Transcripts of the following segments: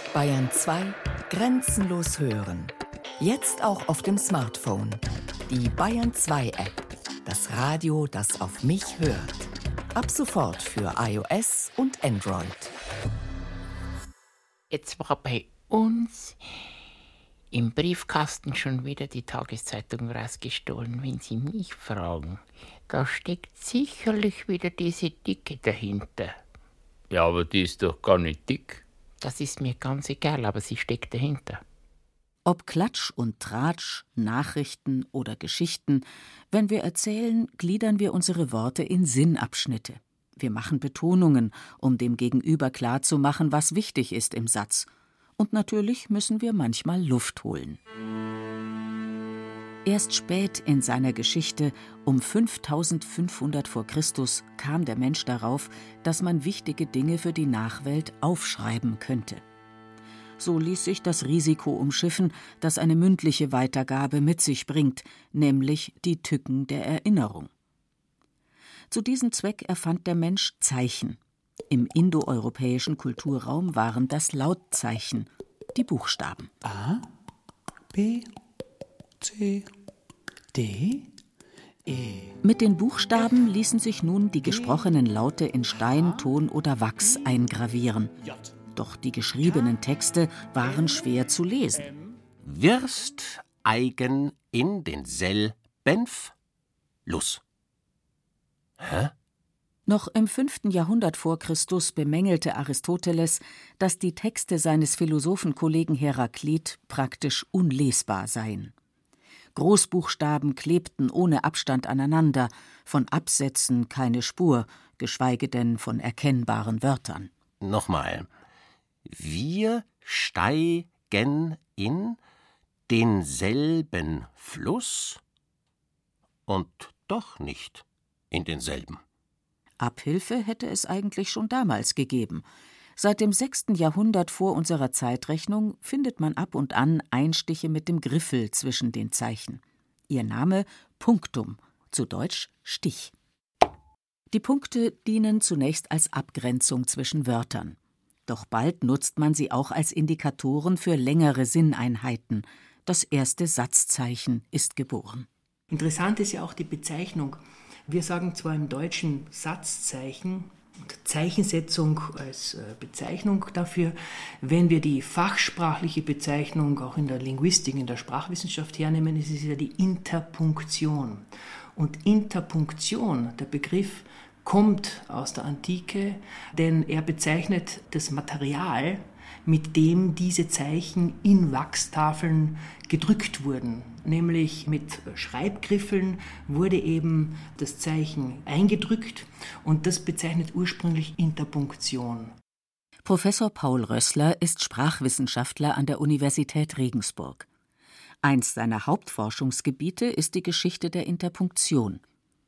Bayern 2 grenzenlos hören. Jetzt auch auf dem Smartphone. Die Bayern 2 App. Das Radio, das auf mich hört. Ab sofort für iOS und Android. Jetzt war bei uns im Briefkasten schon wieder die Tageszeitung rausgestohlen, wenn Sie mich fragen. Da steckt sicherlich wieder diese Dicke dahinter. Ja, aber die ist doch gar nicht dick. Das ist mir ganz egal, aber sie steckt dahinter. Ob Klatsch und Tratsch, Nachrichten oder Geschichten, wenn wir erzählen, gliedern wir unsere Worte in Sinnabschnitte. Wir machen Betonungen, um dem Gegenüber klarzumachen, was wichtig ist im Satz. Und natürlich müssen wir manchmal Luft holen. Erst spät in seiner Geschichte, um 5500 vor Christus, kam der Mensch darauf, dass man wichtige Dinge für die Nachwelt aufschreiben könnte. So ließ sich das Risiko umschiffen, das eine mündliche Weitergabe mit sich bringt, nämlich die Tücken der Erinnerung. Zu diesem Zweck erfand der Mensch Zeichen. Im indoeuropäischen Kulturraum waren das Lautzeichen, die Buchstaben. A, B, C, D, E. Mit den Buchstaben ließen sich nun die gesprochenen Laute in Stein, Ton oder Wachs eingravieren. Doch die geschriebenen Texte waren schwer zu lesen. Wirst eigen in denselben Fluss. Hä? Noch im 5. Jahrhundert vor Christus bemängelte Aristoteles, dass die Texte seines Philosophenkollegen Heraklit praktisch unlesbar seien. Großbuchstaben klebten ohne Abstand aneinander, von Absätzen keine Spur, geschweige denn von erkennbaren Wörtern. Nochmal. Wir steigen in denselben Fluss und doch nicht in denselben. Abhilfe hätte es eigentlich schon damals gegeben. Seit dem 6. Jahrhundert vor unserer Zeitrechnung findet man ab und an Einstiche mit dem Griffel zwischen den Zeichen. Ihr Name Punktum, zu Deutsch Stich. Die Punkte dienen zunächst als Abgrenzung zwischen Wörtern. Doch bald nutzt man sie auch als Indikatoren für längere Sinneinheiten. Das erste Satzzeichen ist geboren. Interessant ist ja auch die Bezeichnung. Wir sagen zwar im Deutschen Satzzeichen, Zeichensetzung als Bezeichnung dafür. Wenn wir die fachsprachliche Bezeichnung auch in der Linguistik, in der Sprachwissenschaft hernehmen, ist es ja die Interpunktion. Und Interpunktion, der Begriff, kommt aus der Antike, denn er bezeichnet das Material, mit dem diese Zeichen in Wachstafeln gedrückt wurden. Nämlich mit Schreibgriffeln wurde eben das Zeichen eingedrückt und das bezeichnet ursprünglich Interpunktion. Professor Paul Rössler ist Sprachwissenschaftler an der Universität Regensburg. Eins seiner Hauptforschungsgebiete ist die Geschichte der Interpunktion.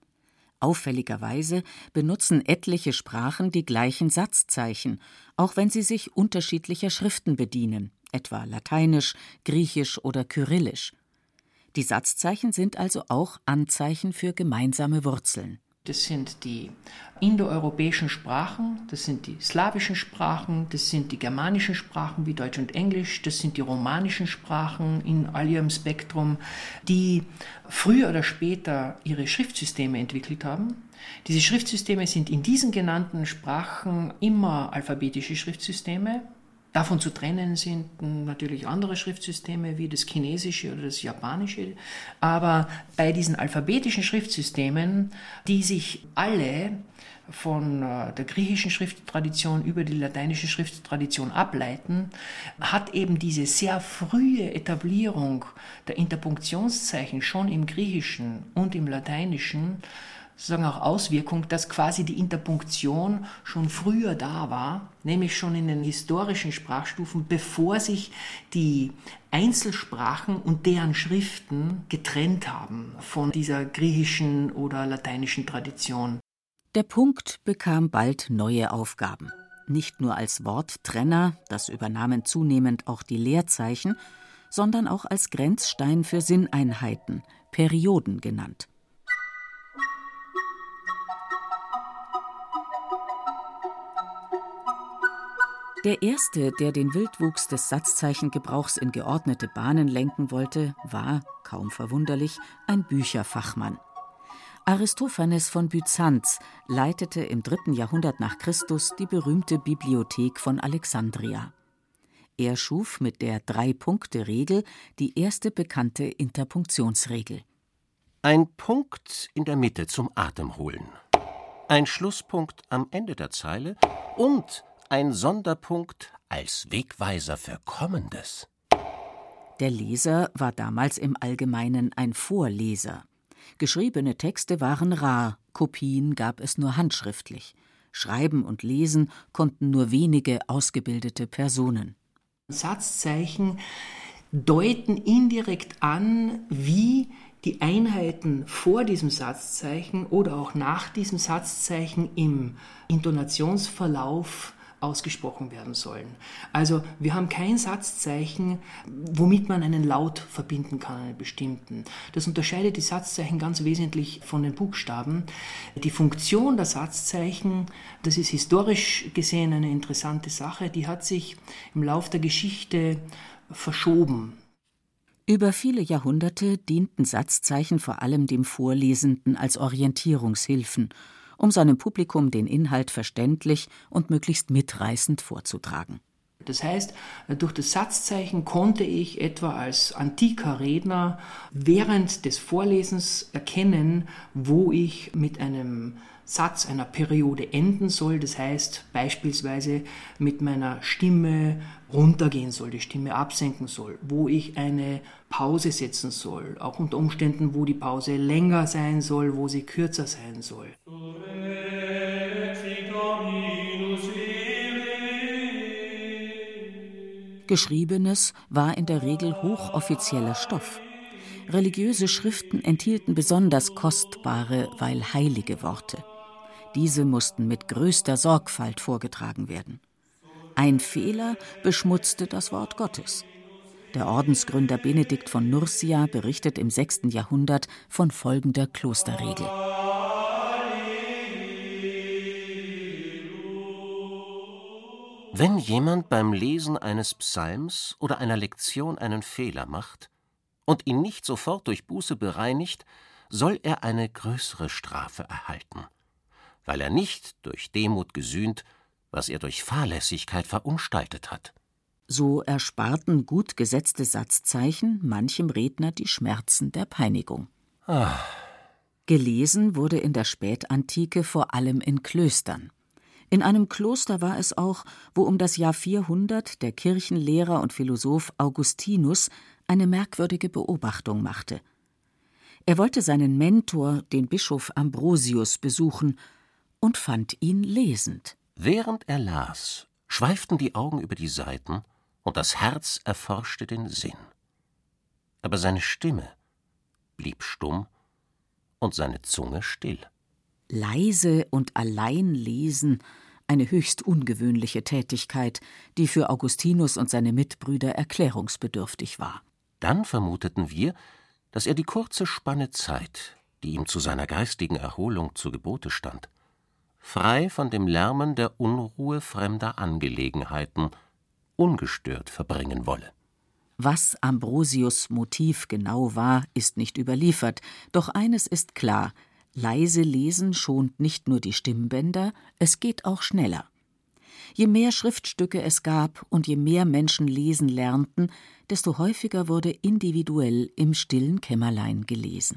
Auffälligerweise benutzen etliche Sprachen die gleichen Satzzeichen, auch wenn sie sich unterschiedlicher Schriften bedienen, etwa Lateinisch, Griechisch oder Kyrillisch. Die Satzzeichen sind also auch Anzeichen für gemeinsame Wurzeln. Das sind die indoeuropäischen Sprachen, das sind die slawischen Sprachen, das sind die germanischen Sprachen wie Deutsch und Englisch, das sind die romanischen Sprachen in all ihrem Spektrum, die früher oder später ihre Schriftsysteme entwickelt haben. Diese Schriftsysteme sind in diesen genannten Sprachen immer alphabetische Schriftsysteme. Davon zu trennen sind natürlich andere Schriftsysteme wie das Chinesische oder das Japanische. Aber bei diesen alphabetischen Schriftsystemen, die sich alle von der griechischen Schrifttradition über die lateinische Schrifttradition ableiten, hat eben diese sehr frühe Etablierung der Interpunktionszeichen schon im Griechischen und im Lateinischen sozusagen auch Auswirkung, dass quasi die Interpunktion schon früher da war, nämlich schon in den historischen Sprachstufen, bevor sich die Einzelsprachen und deren Schriften getrennt haben von dieser griechischen oder lateinischen Tradition. Der Punkt bekam bald neue Aufgaben. Nicht nur als Worttrenner, das übernahmen zunehmend auch die Leerzeichen, sondern auch als Grenzstein für Sinneinheiten, Perioden genannt. Der erste, der den Wildwuchs des Satzzeichengebrauchs in geordnete Bahnen lenken wollte, war, kaum verwunderlich, ein Bücherfachmann. Aristophanes von Byzanz leitete im 3. Jahrhundert nach Christus die berühmte Bibliothek von Alexandria. Er schuf mit der 3-Punkte-Regel die erste bekannte Interpunktionsregel. Ein Punkt in der Mitte zum Atemholen, ein Schlusspunkt am Ende der Zeile und ein Sonderpunkt als Wegweiser für Kommendes. Der Leser war damals im Allgemeinen ein Vorleser. Geschriebene Texte waren rar, Kopien gab es nur handschriftlich. Schreiben und Lesen konnten nur wenige ausgebildete Personen. Satzzeichen deuten indirekt an, wie die Einheiten vor diesem Satzzeichen oder auch nach diesem Satzzeichen im Intonationsverlauf ausgesprochen werden sollen. Also wir haben kein Satzzeichen, womit man einen Laut verbinden kann, einen bestimmten. Das unterscheidet die Satzzeichen ganz wesentlich von den Buchstaben. Die Funktion der Satzzeichen, das ist historisch gesehen eine interessante Sache, die hat sich im Lauf der Geschichte verschoben. Über viele Jahrhunderte dienten Satzzeichen vor allem dem Vorlesenden als Orientierungshilfen, um seinem Publikum den Inhalt verständlich und möglichst mitreißend vorzutragen. Das heißt, durch das Satzzeichen konnte ich etwa als antiker Redner während des Vorlesens erkennen, wo ich mit einem Satz einer Periode enden soll. Das heißt, beispielsweise mit meiner Stimme runtergehen soll, die Stimme absenken soll, wo ich eine Pause setzen soll, auch unter Umständen, wo die Pause länger sein soll, wo sie kürzer sein soll. Geschriebenes war in der Regel hochoffizieller Stoff. Religiöse Schriften enthielten besonders kostbare, weil heilige Worte. Diese mussten mit größter Sorgfalt vorgetragen werden. Ein Fehler beschmutzte das Wort Gottes. Der Ordensgründer Benedikt von Nursia berichtet im 6. Jahrhundert von folgender Klosterregel. Wenn jemand beim Lesen eines Psalms oder einer Lektion einen Fehler macht und ihn nicht sofort durch Buße bereinigt, soll er eine größere Strafe erhalten, weil er nicht durch Demut gesühnt, was er durch Fahrlässigkeit verunstaltet hat. So ersparten gut gesetzte Satzzeichen manchem Redner die Schmerzen der Peinigung. Gelesen wurde in der Spätantike vor allem in Klöstern. In einem Kloster war es auch, wo um das Jahr 400 der Kirchenlehrer und Philosoph Augustinus eine merkwürdige Beobachtung machte. Er wollte seinen Mentor, den Bischof Ambrosius, besuchen und fand ihn lesend. Während er las, schweiften die Augen über die Seiten und das Herz erforschte den Sinn. Aber seine Stimme blieb stumm und seine Zunge still. Leise und allein lesen, eine höchst ungewöhnliche Tätigkeit, die für Augustinus und seine Mitbrüder erklärungsbedürftig war. Dann vermuteten wir, dass er die kurze Spanne Zeit, die ihm zu seiner geistigen Erholung zu Gebote stand, frei von dem Lärmen der Unruhe fremder Angelegenheiten, ungestört verbringen wolle. Was Ambrosius' Motiv genau war, ist nicht überliefert, doch eines ist klar: Leise lesen schont nicht nur die Stimmbänder, es geht auch schneller. Je mehr Schriftstücke es gab und je mehr Menschen lesen lernten, desto häufiger wurde individuell im stillen Kämmerlein gelesen.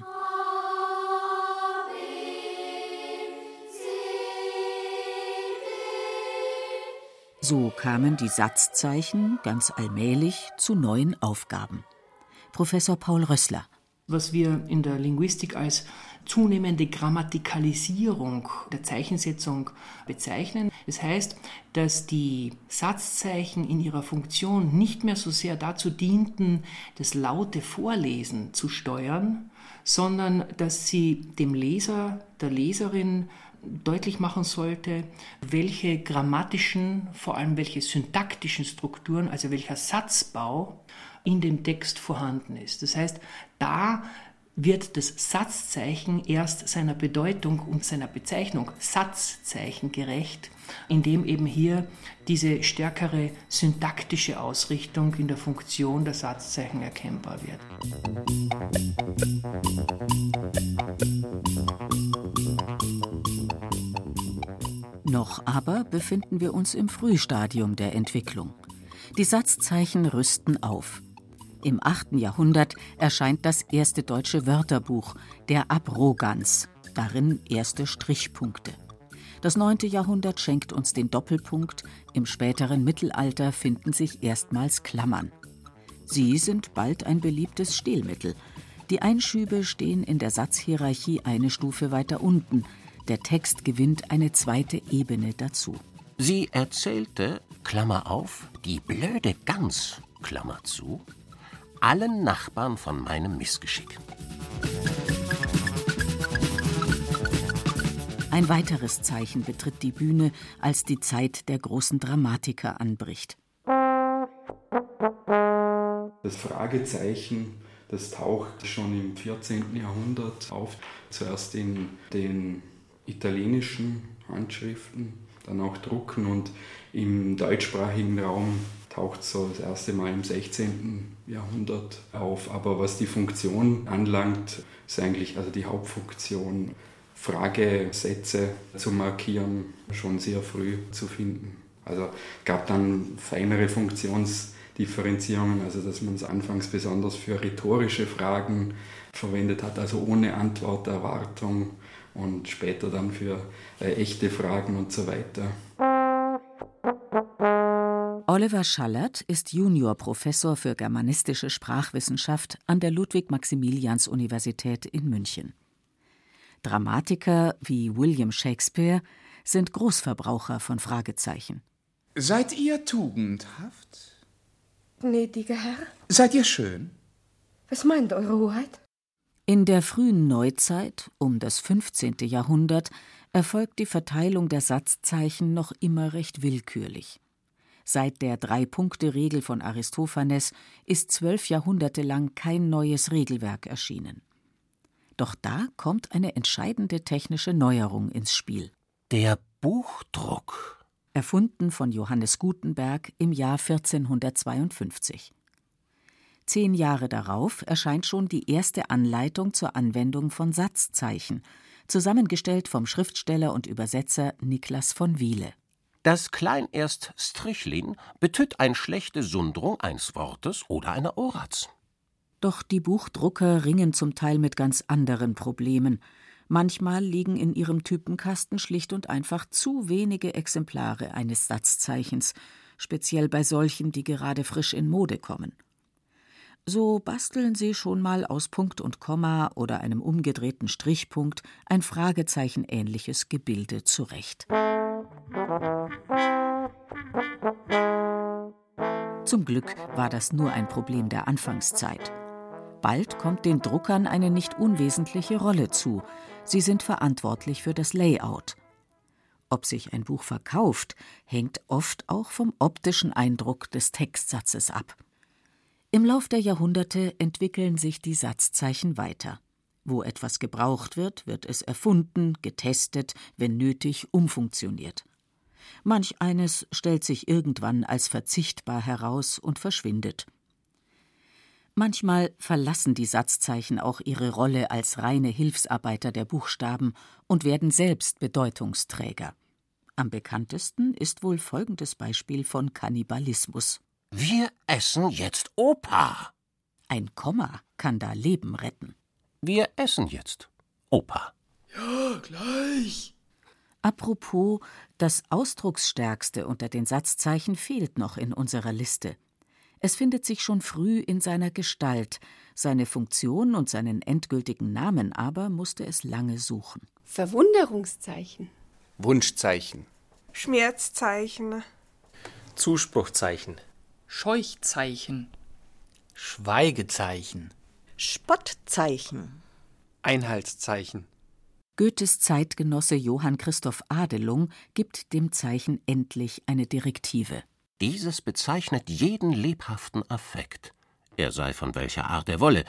So kamen die Satzzeichen ganz allmählich zu neuen Aufgaben. Professor Paul Rössler. Was wir in der Linguistik als zunehmende Grammatikalisierung der Zeichensetzung bezeichnen. Das heißt, dass die Satzzeichen in ihrer Funktion nicht mehr so sehr dazu dienten, das laute Vorlesen zu steuern, sondern dass sie dem Leser, der Leserin deutlich machen sollte, welche grammatischen, vor allem welche syntaktischen Strukturen, also welcher Satzbau in dem Text vorhanden ist. Das heißt, da wird das Satzzeichen erst seiner Bedeutung und seiner Bezeichnung Satzzeichen gerecht, indem eben hier diese stärkere syntaktische Ausrichtung in der Funktion der Satzzeichen erkennbar wird. Noch aber befinden wir uns im Frühstadium der Entwicklung. Die Satzzeichen rüsten auf. Im 8. Jahrhundert erscheint das erste deutsche Wörterbuch, der Abrogans, darin erste Strichpunkte. Das 9. Jahrhundert schenkt uns den Doppelpunkt, im späteren Mittelalter finden sich erstmals Klammern. Sie sind bald ein beliebtes Stilmittel. Die Einschübe stehen in der Satzhierarchie eine Stufe weiter unten. Der Text gewinnt eine zweite Ebene dazu. Sie erzählte, Klammer auf, die blöde Gans, Klammer zu, allen Nachbarn von meinem Missgeschick. Ein weiteres Zeichen betritt die Bühne, als die Zeit der großen Dramatiker anbricht. Das Fragezeichen, das taucht schon im 14. Jahrhundert auf, zuerst in den italienischen Handschriften, dann auch Drucken, und im deutschsprachigen Raum taucht so das erste Mal im 16. Jahrhundert auf. Aber was die Funktion anlangt, ist eigentlich also die Hauptfunktion, Fragesätze zu markieren, schon sehr früh zu finden. Also gab dann feinere Funktionsdifferenzierungen, also dass man es anfangs besonders für rhetorische Fragen verwendet hat, also ohne Antworterwartung, und später dann für echte Fragen und so weiter. Oliver Schallert ist Juniorprofessor für germanistische Sprachwissenschaft an der Ludwig-Maximilians-Universität in München. Dramatiker wie William Shakespeare sind Großverbraucher von Fragezeichen. Seid ihr tugendhaft? Gnädiger Herr? Seid ihr schön? Was meint Eure Hoheit? In der frühen Neuzeit, um das 15. Jahrhundert, erfolgt die Verteilung der Satzzeichen noch immer recht willkürlich. Seit der 3-Punkte-Regel von Aristophanes ist 12 Jahrhunderte lang kein neues Regelwerk erschienen. Doch da kommt eine entscheidende technische Neuerung ins Spiel. Der Buchdruck. Erfunden von Johannes Gutenberg im Jahr 1452. 10 Jahre darauf erscheint schon die erste Anleitung zur Anwendung von Satzzeichen, zusammengestellt vom Schriftsteller und Übersetzer Niklas von Wiele. Das klein erst Strichlin betüt ein schlechte Sundrung eines Wortes oder einer Oratz. Doch die Buchdrucker ringen zum Teil mit ganz anderen Problemen. Manchmal liegen in ihrem Typenkasten schlicht und einfach zu wenige Exemplare eines Satzzeichens, speziell bei solchen, die gerade frisch in Mode kommen. So basteln sie schon mal aus Punkt und Komma oder einem umgedrehten Strichpunkt ein Fragezeichen-ähnliches Gebilde zurecht. Zum Glück war das nur ein Problem der Anfangszeit. Bald kommt den Druckern eine nicht unwesentliche Rolle zu. Sie sind verantwortlich für das Layout. Ob sich ein Buch verkauft, hängt oft auch vom optischen Eindruck des Textsatzes ab. Im Lauf der Jahrhunderte entwickeln sich die Satzzeichen weiter. Wo etwas gebraucht wird, wird es erfunden, getestet, wenn nötig, umfunktioniert. Manch eines stellt sich irgendwann als verzichtbar heraus und verschwindet. Manchmal verlassen die Satzzeichen auch ihre Rolle als reine Hilfsarbeiter der Buchstaben und werden selbst Bedeutungsträger. Am bekanntesten ist wohl folgendes Beispiel von Kannibalismus. Wir essen jetzt Opa. Ein Komma kann da Leben retten. Wir essen jetzt Opa. Ja, gleich. Apropos, das Ausdrucksstärkste unter den Satzzeichen fehlt noch in unserer Liste. Es findet sich schon früh in seiner Gestalt, seine Funktion und seinen endgültigen Namen aber musste es lange suchen. Verwunderungszeichen. Wunschzeichen. Schmerzzeichen. Zuspruchzeichen. Scheuchzeichen. Schweigezeichen. Spottzeichen. Einheitszeichen. Goethes Zeitgenosse Johann Christoph Adelung gibt dem Zeichen endlich eine Direktive. Dieses bezeichnet jeden lebhaften Affekt. Er sei von welcher Art er wolle.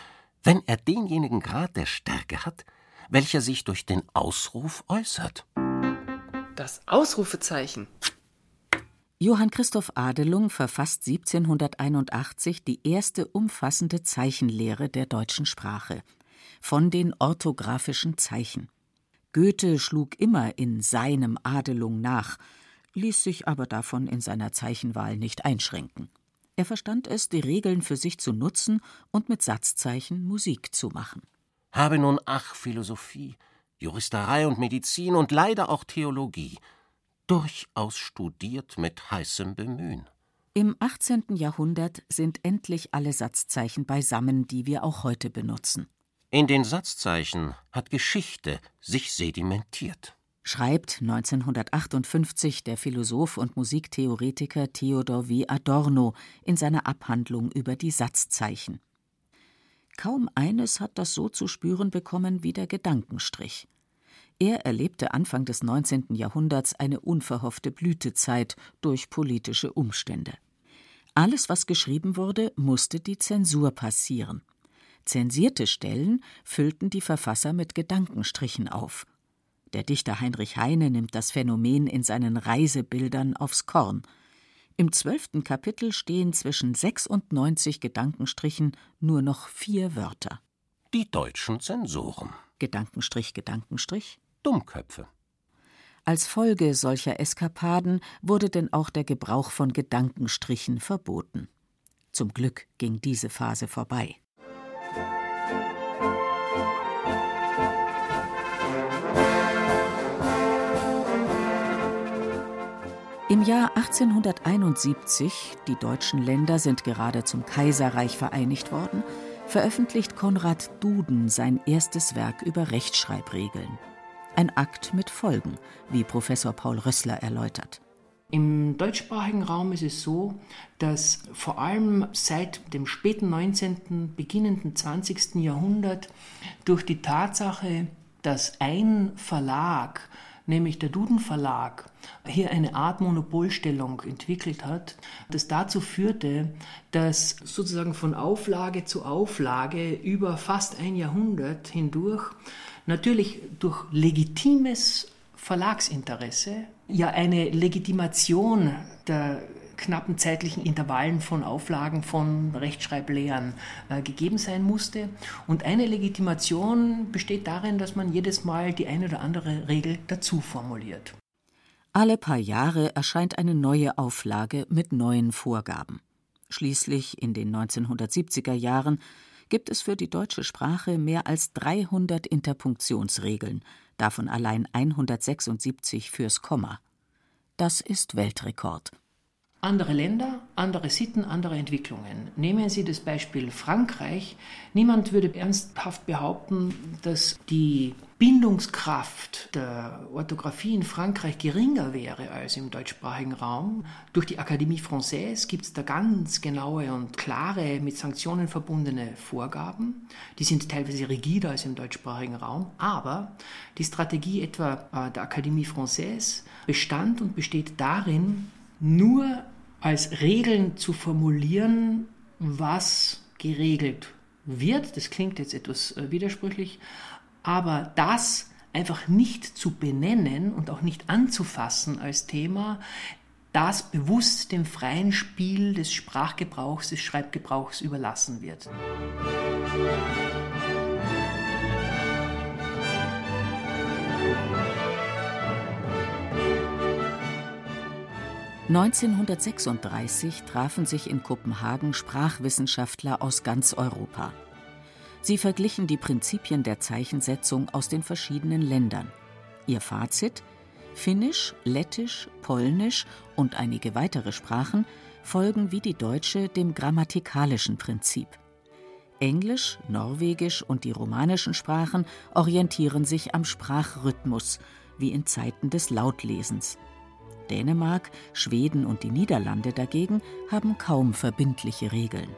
wenn er denjenigen Grad der Stärke hat, welcher sich durch den Ausruf äußert. Das Ausrufezeichen. Johann Christoph Adelung verfasst 1781 die erste umfassende Zeichenlehre der deutschen Sprache, von den orthographischen Zeichen. Goethe schlug immer in seinem Adelung nach, ließ sich aber davon in seiner Zeichenwahl nicht einschränken. Er verstand es, die Regeln für sich zu nutzen und mit Satzzeichen Musik zu machen. Habe nun Philosophie, Juristerei und Medizin und leider auch Theologie, durchaus studiert mit heißem Bemühen. Im 18. Jahrhundert sind endlich alle Satzzeichen beisammen, die wir auch heute benutzen. In den Satzzeichen hat Geschichte sich sedimentiert, schreibt 1958 der Philosoph und Musiktheoretiker Theodor W. Adorno in seiner Abhandlung über die Satzzeichen. Kaum eines hat das so zu spüren bekommen wie der Gedankenstrich. Er erlebte Anfang des 19. Jahrhunderts eine unverhoffte Blütezeit durch politische Umstände. Alles, was geschrieben wurde, musste die Zensur passieren. Zensierte Stellen füllten die Verfasser mit Gedankenstrichen auf. Der Dichter Heinrich Heine nimmt das Phänomen in seinen Reisebildern aufs Korn. Im 12. Kapitel stehen zwischen 96 Gedankenstrichen nur noch 4 Wörter. Die deutschen Zensoren. Gedankenstrich, Gedankenstrich. Dummköpfe. Als Folge solcher Eskapaden wurde denn auch der Gebrauch von Gedankenstrichen verboten. Zum Glück ging diese Phase vorbei. Im Jahr 1871, die deutschen Länder sind gerade zum Kaiserreich vereinigt worden, veröffentlicht Konrad Duden sein erstes Werk über Rechtschreibregeln. Ein Akt mit Folgen, wie Professor Paul Rössler erläutert. Im deutschsprachigen Raum ist es so, dass vor allem seit dem späten 19., beginnenden 20. Jahrhundert durch die Tatsache, dass ein Verlag, nämlich der Duden Verlag, hier eine Art Monopolstellung entwickelt hat, das dazu führte, dass sozusagen von Auflage zu Auflage über fast ein Jahrhundert hindurch natürlich durch legitimes Verlagsinteresse ja eine Legitimation der knappen zeitlichen Intervallen von Auflagen von Rechtschreiblehren gegeben sein musste. Und eine Legitimation besteht darin, dass man jedes Mal die eine oder andere Regel dazu formuliert. Alle paar Jahre erscheint eine neue Auflage mit neuen Vorgaben. Schließlich in den 1970er Jahren gibt es für die deutsche Sprache mehr als 300 Interpunktionsregeln, davon allein 176 fürs Komma. Das ist Weltrekord. Andere Länder, andere Sitten, andere Entwicklungen. Nehmen Sie das Beispiel Frankreich. Niemand würde ernsthaft behaupten, dass die Bindungskraft der Orthographie in Frankreich geringer wäre als im deutschsprachigen Raum. Durch die Académie Française gibt es da ganz genaue und klare, mit Sanktionen verbundene Vorgaben. Die sind teilweise rigider als im deutschsprachigen Raum. Aber die Strategie etwa der Académie Française bestand und besteht darin, nur als Regeln zu formulieren, was geregelt wird. Das klingt jetzt etwas widersprüchlich, aber das einfach nicht zu benennen und auch nicht anzufassen als Thema, das bewusst dem freien Spiel des Sprachgebrauchs, des Schreibgebrauchs überlassen wird. (1936) trafen sich in Kopenhagen Sprachwissenschaftler aus ganz Europa. Sie verglichen die Prinzipien der Zeichensetzung aus den verschiedenen Ländern. Ihr Fazit: Finnisch, Lettisch, Polnisch und einige weitere Sprachen folgen wie die deutsche dem grammatikalischen Prinzip. Englisch, Norwegisch und die romanischen Sprachen orientieren sich am Sprachrhythmus, wie in Zeiten des Lautlesens. Dänemark, Schweden und die Niederlande dagegen haben kaum verbindliche Regeln.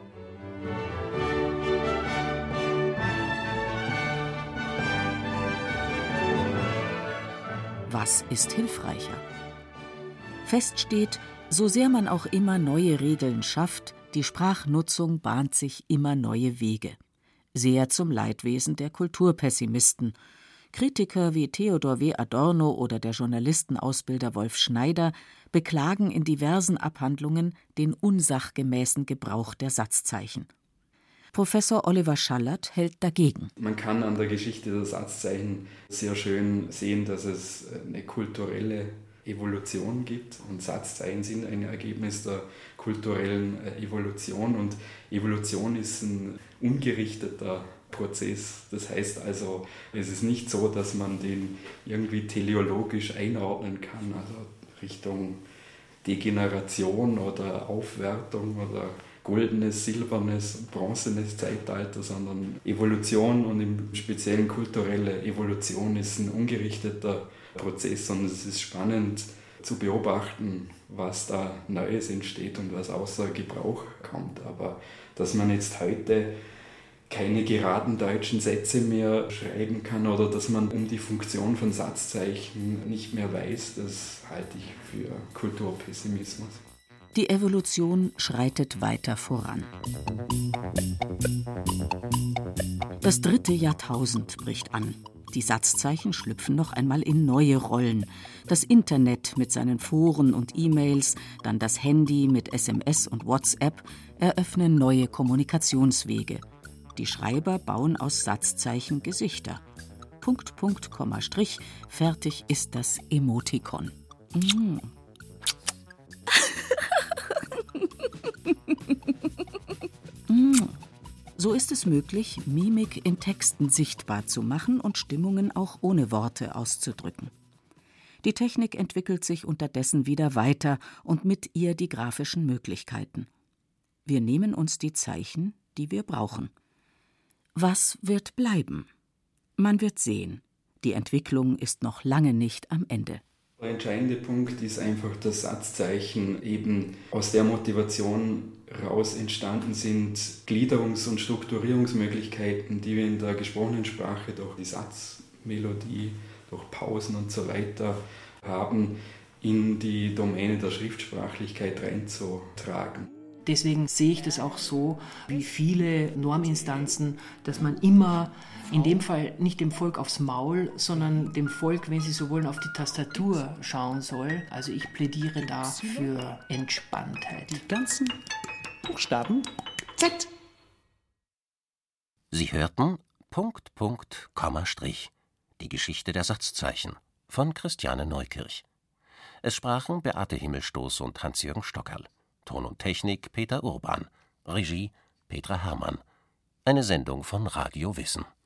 Was ist hilfreicher? Fest steht, so sehr man auch immer neue Regeln schafft, die Sprachnutzung bahnt sich immer neue Wege. sehr zum Leidwesen der Kulturpessimisten. Kritiker wie Theodor W. Adorno oder der Journalistenausbilder Wolf Schneider beklagen in diversen Abhandlungen den unsachgemäßen Gebrauch der Satzzeichen. Professor Oliver Schallert hält dagegen. Man kann an der Geschichte der Satzzeichen sehr schön sehen, dass es eine kulturelle Evolution gibt und Satzzeichen sind ein Ergebnis der kulturellen Evolution und Evolution ist ein ungerichteter Prozess. Das heißt also, es ist nicht so, dass man den irgendwie teleologisch einordnen kann, also Richtung Degeneration oder Aufwertung oder goldenes, silbernes, bronzenes Zeitalter, sondern Evolution und im speziellen kulturelle Evolution ist ein ungerichteter Prozess und es ist spannend zu beobachten, was da Neues entsteht und was außer Gebrauch kommt. Aber dass man jetzt heute keine geraden deutschen Sätze mehr schreiben kann oder dass man um die Funktion von Satzzeichen nicht mehr weiß, das halte ich für Kulturpessimismus. Die Evolution schreitet weiter voran. Das 3. Jahrtausend bricht an. Die Satzzeichen schlüpfen noch einmal in neue Rollen. Das Internet mit seinen Foren und E-Mails, dann das Handy mit SMS und WhatsApp eröffnen neue Kommunikationswege. Die Schreiber bauen aus Satzzeichen Gesichter. Punkt, Punkt, Komma, Strich, fertig ist das Emotikon. So ist es möglich, Mimik in Texten sichtbar zu machen und Stimmungen auch ohne Worte auszudrücken. Die Technik entwickelt sich unterdessen wieder weiter und mit ihr die grafischen Möglichkeiten. Wir nehmen uns die Zeichen, die wir brauchen. Was wird bleiben? Man wird sehen. Die Entwicklung ist noch lange nicht am Ende. Der entscheidende Punkt ist einfach, dass Satzzeichen eben aus der Motivation raus entstanden sind, Gliederungs- und Strukturierungsmöglichkeiten, die wir in der gesprochenen Sprache durch die Satzmelodie, durch Pausen und so weiter haben, in die Domäne der Schriftsprachlichkeit reinzutragen. Deswegen sehe ich das auch so, wie viele Norminstanzen, dass man immer, in dem Fall nicht dem Volk aufs Maul, sondern dem Volk, wenn Sie so wollen, auf die Tastatur schauen soll. Also ich plädiere da für Entspanntheit. Die ganzen Buchstaben Z. Sie hörten Punkt, Punkt, Komma, Strich. Die Geschichte der Satzzeichen von Christiane Neukirch. Es sprachen Beate Himmelstoß und Hans-Jürgen Stockerl. Ton und Technik Peter Urban. Regie Petra Herrmann. Eine Sendung von Radio Wissen.